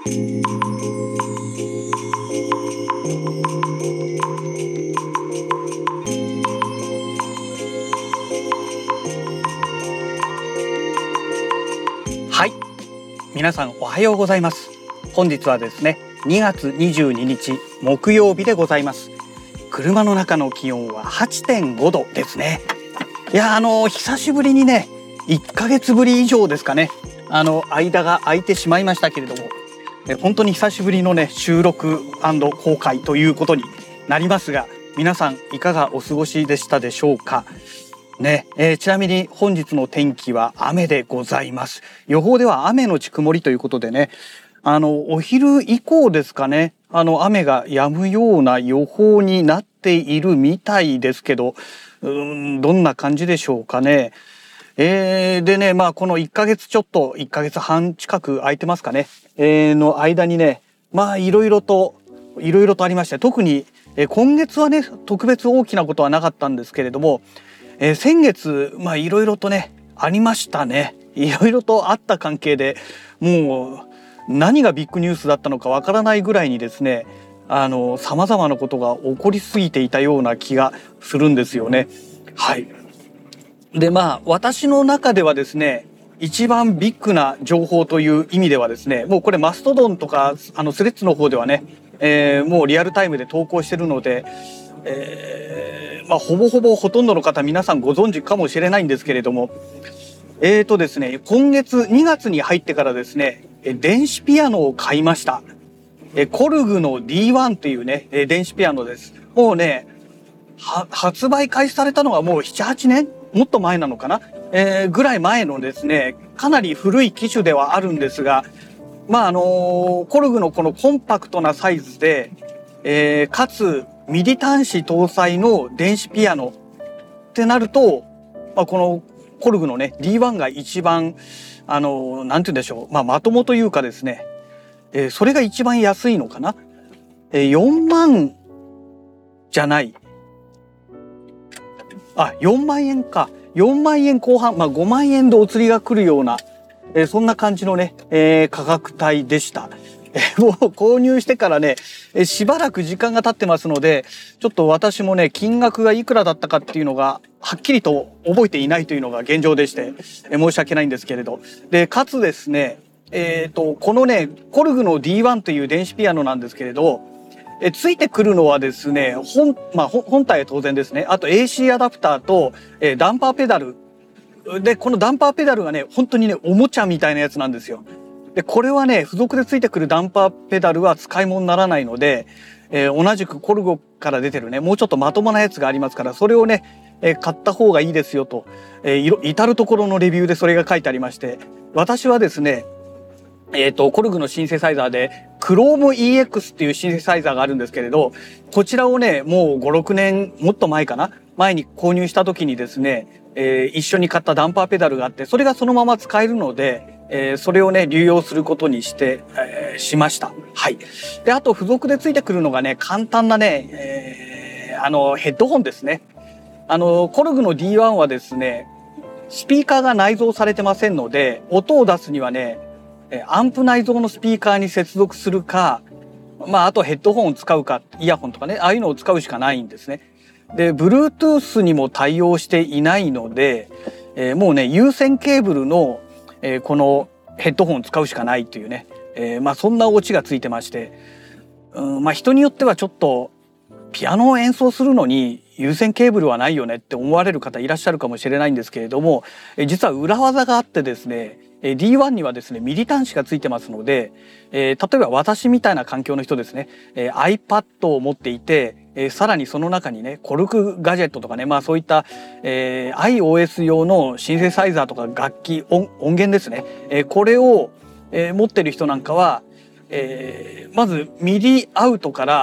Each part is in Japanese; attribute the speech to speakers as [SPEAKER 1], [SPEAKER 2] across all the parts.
[SPEAKER 1] はい、皆さんおはようございます。本日はですね、2月22日木曜日でございます。車の中の気温は 8.5 度ですね。いや久しぶりにね、1ヶ月ぶり以上ですかね、間が空いてしまいましたけれども、本当に久しぶりのね収録&公開ということになりますが、皆さんいかがお過ごしでしたでしょうかね。ちなみに本日の天気は雨でございます。予報では雨のち曇りということでね、お昼以降ですかね、雨が止むような予報になっているみたいですけど、どんな感じでしょうかね。でね、この1ヶ月ちょっと1ヶ月半近く空いてますかね、の間にね、いろいろとありまして、特に今月はね特別大きなことはなかったんですけれども、先月いろいろとねありましたね。いろいろとあった関係で、もう何がビッグニュースだったのかわからないぐらいにですね、様々なことが起こりすぎていたような気がするんですよね。はい。で私の中ではですね、一番ビッグな情報という意味ではですね、もうこれマストドンとかスレッズの方ではね、もうリアルタイムで投稿してるので、ほとんどの方皆さんご存知かもしれないんですけれども、ですね、今月2月に入ってからですね、電子ピアノを買いました。コルグの D1 というね、電子ピアノです。もうね、発売開始されたのがもう7、8年もっと前なのかな、ぐらい前のですね、かなり古い機種ではあるんですが、コルグのこのコンパクトなサイズで、かつミディ端子搭載の電子ピアノってなると、このコルグのね D1 が一番なんて言うんでしょう、まともというかですね、それが一番安いのかな、4万じゃない、4万円か、4万円後半、5万円でお釣りが来るような、そんな感じのね、価格帯でした。もう購入してからね、しばらく時間が経ってますので、ちょっと私もね金額がいくらだったかっていうのがはっきりと覚えていないというのが現状でして、申し訳ないんですけれど、でかつですね、このねコルグの D1 という電子ピアノなんですけれど、ついてくるのはですね、本体は当然ですね、あと AC アダプターと、ダンパーペダルで、このダンパーペダルがね本当にねおもちゃみたいなやつなんですよ。でこれはね付属でついてくるダンパーペダルは使い物にならないので、同じくコルゴから出てるねもうちょっとまともなやつがありますから、それをね、買った方がいいですよと、至る所のレビューでそれが書いてありまして、私はですね、コルグのシンセサイザーでクローム EX っていうシンセサイザーがあるんですけれど、こちらをねもう5、6年もっと前かな、前に購入した時にですね、一緒に買ったダンパーペダルがあって、それがそのまま使えるので、それをね流用することにして、しました。はい。であと付属でついてくるのがね簡単なね、ヘッドホンですね。コルグの D1 はですね、スピーカーが内蔵されてませんので、音を出すにはねアンプ内蔵のスピーカーに接続するか、あとヘッドホンを使うか、イヤホンとかね、ああいうのを使うしかないんですね。で Bluetooth にも対応していないので、もうね有線ケーブルのこのヘッドホンを使うしかないというね、そんなオチがついてまして、人によってはちょっとピアノを演奏するのに有線ケーブルはないよねって思われる方いらっしゃるかもしれないんですけれども、実は裏技があってですね、D1 にはですねミディ端子がついてますので、例えば私みたいな環境の人ですね、iPad を持っていて、さらにその中にねコルクガジェットとかね、そういった、iOS 用のシンセサイザーとか楽器 音源ですね、これを、持ってる人なんかは、まずミディアウトから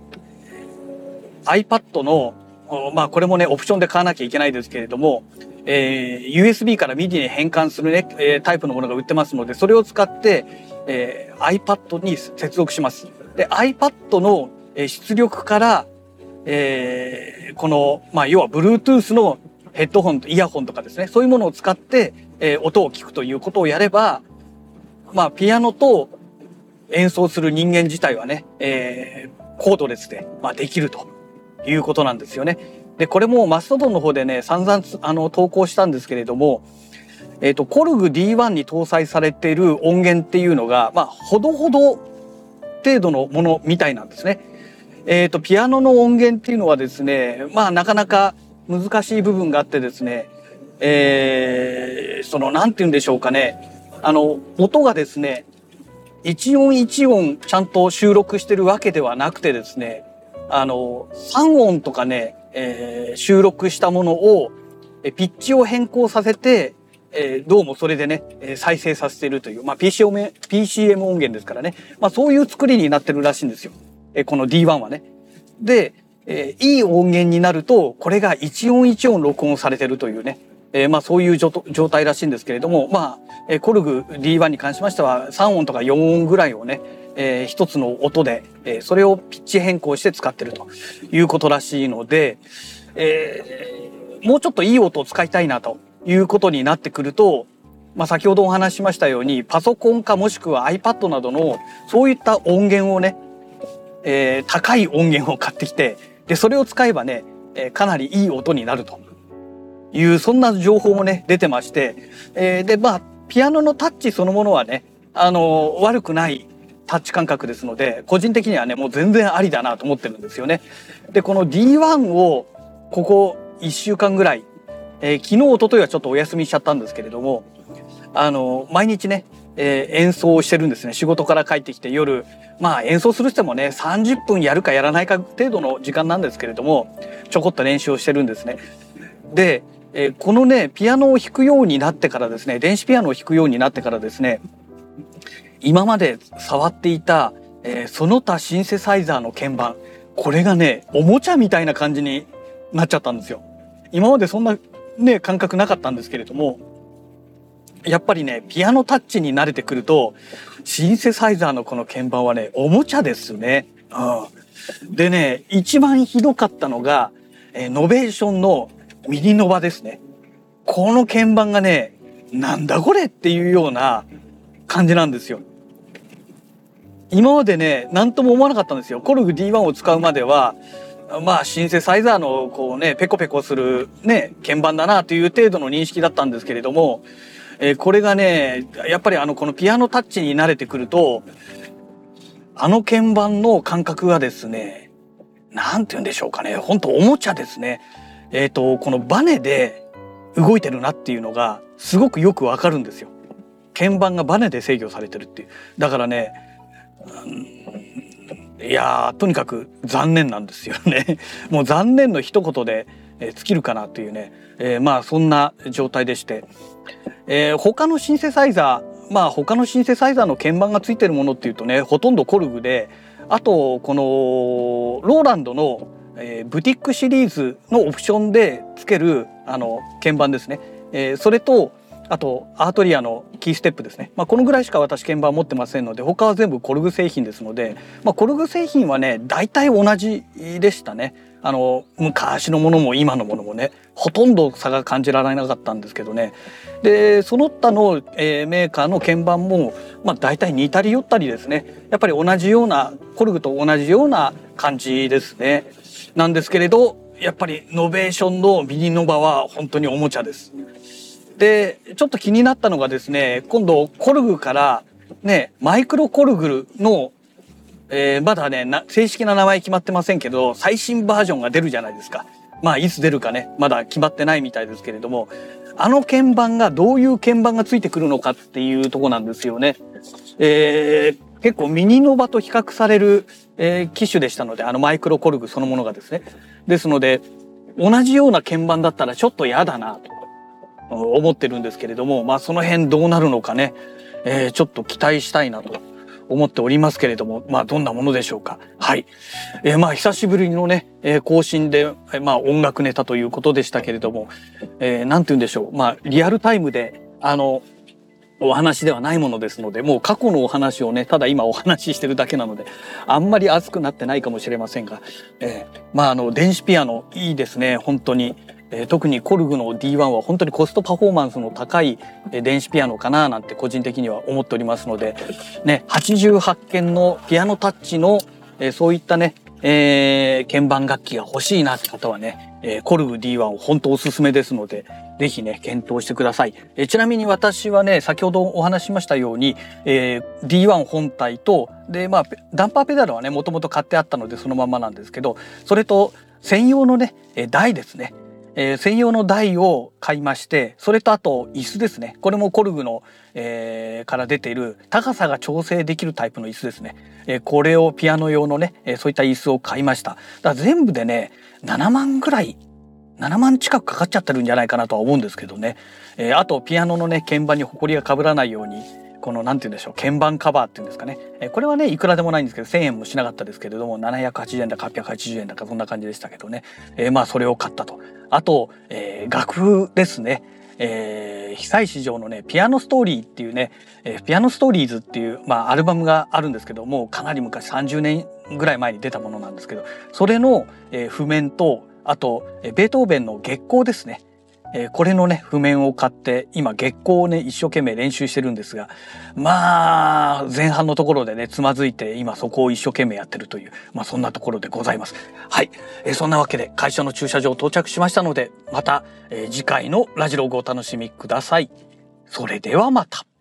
[SPEAKER 1] iPad のこれもねオプションで買わなきゃいけないですけれども、USB から MIDI に変換するね、タイプのものが売ってますので、それを使って、iPad に接続します。で iPad の出力から、この、要は Bluetooth のヘッドホンとイヤホンとかですね、そういうものを使って、音を聞くということをやれば、ピアノと演奏する人間自体はね、コードレスで、できるということなんですよね。で、これもマストドンの方でね、散々投稿したんですけれども、コルグ D1 に搭載されている音源っていうのが、ほどほど程度のものみたいなんですね。ピアノの音源っていうのはですね、なかなか難しい部分があってですね、なんて言うんでしょうかね。音がですね、一音一音ちゃんと収録してるわけではなくてですね、3音とかね、収録したものをピッチを変更させて、どうもそれでね再生させているという、PCM 音源ですからね、そういう作りになってるらしいんですよ、この D1 はね。で、いい音源になるとこれが一音一音録音されてるというね、そういう状態らしいんですけれども、コルグ D1 に関しましては3音とか4音ぐらいをね、一つの音で、それをピッチ変更して使ってるということらしいので、もうちょっといい音を使いたいなということになってくると、先ほどお話ししましたようにパソコンかもしくは iPad などのそういった音源をね、高い音源を買ってきて、でそれを使えばね、かなりいい音になるというそんな情報もね出てまして、でピアノのタッチそのものはね悪くないタッチ感覚ですので、個人的にはねもう全然ありだなと思ってるんですよね。でこの D1 をここ1週間ぐらい、昨日一昨日はちょっとお休みしちゃったんですけれども、毎日ね、演奏をしてるんですね。仕事から帰ってきて夜、演奏する人もね30分やるかやらないか程度の時間なんですけれども、ちょこっと練習をしてるんですね。で、このねピアノを弾くようになってからですね、電子ピアノを弾くようになってからですね、今まで触っていた、その他シンセサイザーの鍵盤、これがねおもちゃみたいな感じになっちゃったんですよ。今までそんなね感覚なかったんですけれども、やっぱりねピアノタッチに慣れてくるとシンセサイザーのこの鍵盤はねおもちゃですね。でね、一番ひどかったのが、ノベーションのミニノバですね。この鍵盤がねなんだこれっていうような感じなんですよ。今までね何とも思わなかったんですよ。コルグ D1 を使うまではシンセサイザーのこうねペコペコするね鍵盤だなという程度の認識だったんですけれども、これがねやっぱりこのピアノタッチに慣れてくると鍵盤の感覚がですね、なんて言うんでしょうかね、本当おもちゃですね。このバネで動いてるなっていうのがすごくよくわかるんですよ。鍵盤がバネで制御されてるっていう。だからね、いやとにかく残念なんですよね。もう残念の一言で尽きるかなというね、そんな状態でして、他のシンセサイザー、他のシンセサイザーの鍵盤がついてるものっていうとねほとんどコルグで、あとこのローランドの、ブティックシリーズのオプションでつける鍵盤ですね、それとあとアートリアのキーステップですね、このぐらいしか私鍵盤持ってませんので、他は全部コルグ製品ですので、コルグ製品はね大体同じでしたね。昔のものも今のものもねほとんど差が感じられなかったんですけどね。でその他の、メーカーの鍵盤も、大体似たり寄ったりですね。やっぱり同じようなコルグと同じような感じですね。なんですけれど、やっぱりノベーションのミニノバは本当におもちゃです。でちょっと気になったのがですね、今度コルグからねマイクロコルグの、まだね正式な名前決まってませんけど最新バージョンが出るじゃないですか。いつ出るかねまだ決まってないみたいですけれども、鍵盤がどういう鍵盤がついてくるのかっていうとこなんですよね。結構ミニノバと比較される、機種でしたので、マイクロコルグそのものがですね。ですので同じような鍵盤だったらちょっと嫌だなと思ってるんですけれども、その辺どうなるのかね、ちょっと期待したいなと思っておりますけれども、どんなものでしょうか。はい、久しぶりのね、更新で、音楽ネタということでしたけれども、なんて言うんでしょう、リアルタイムでお話ではないものですので、もう過去のお話をねただ今お話ししてるだけなのであんまり熱くなってないかもしれませんが、電子ピアノいいですね本当に。 特にコルグの D1 は本当にコストパフォーマンスの高い電子ピアノかななんて個人的には思っておりますので、ね、88件のピアノタッチのそういったね、鍵盤楽器が欲しいなって方はね、コルグ D1 を本当おすすめですので、ぜひね、検討してください。ちなみに私はね、先ほどお話ししましたように、D1 本体と、で、まあ、ダンパーペダルはね、もともと買ってあったのでそのままなんですけど、それと専用のね、台ですね。専用の台を買いまして、それとあと椅子ですね。これもコルグの、から出ている高さが調整できるタイプの椅子ですね。これをピアノ用のね、そういった椅子を買いました。だから全部でね、7万ぐらい、7万近くかかっちゃってるんじゃないかなとは思うんですけどね。あとピアノのね、鍵盤にホコリが被らないように、このなんて言うんでしょう、鍵盤カバーっていうんですかね。これはね、いくらでもないんですけど、1000円もしなかったですけれども、780円だか880円だかそんな感じでしたけどね。まあそれを買ったと。あと、楽譜ですね。久石譲のね、ピアノストーリーっていうね、ピアノストーリーズっていう、まあ、アルバムがあるんですけども、かなり昔30年ぐらい前に出たものなんですけど、それの、譜面と、あと、ベートーベンの月光ですね。これのね、譜面を買って、今月光をね、一生懸命練習してるんですが、まあ、前半のところでね、つまずいて、今そこを一生懸命やってるという、まあそんなところでございます。はい。そんなわけで、会社の駐車場到着しましたので、また、次回のラジログをお楽しみください。それではまた。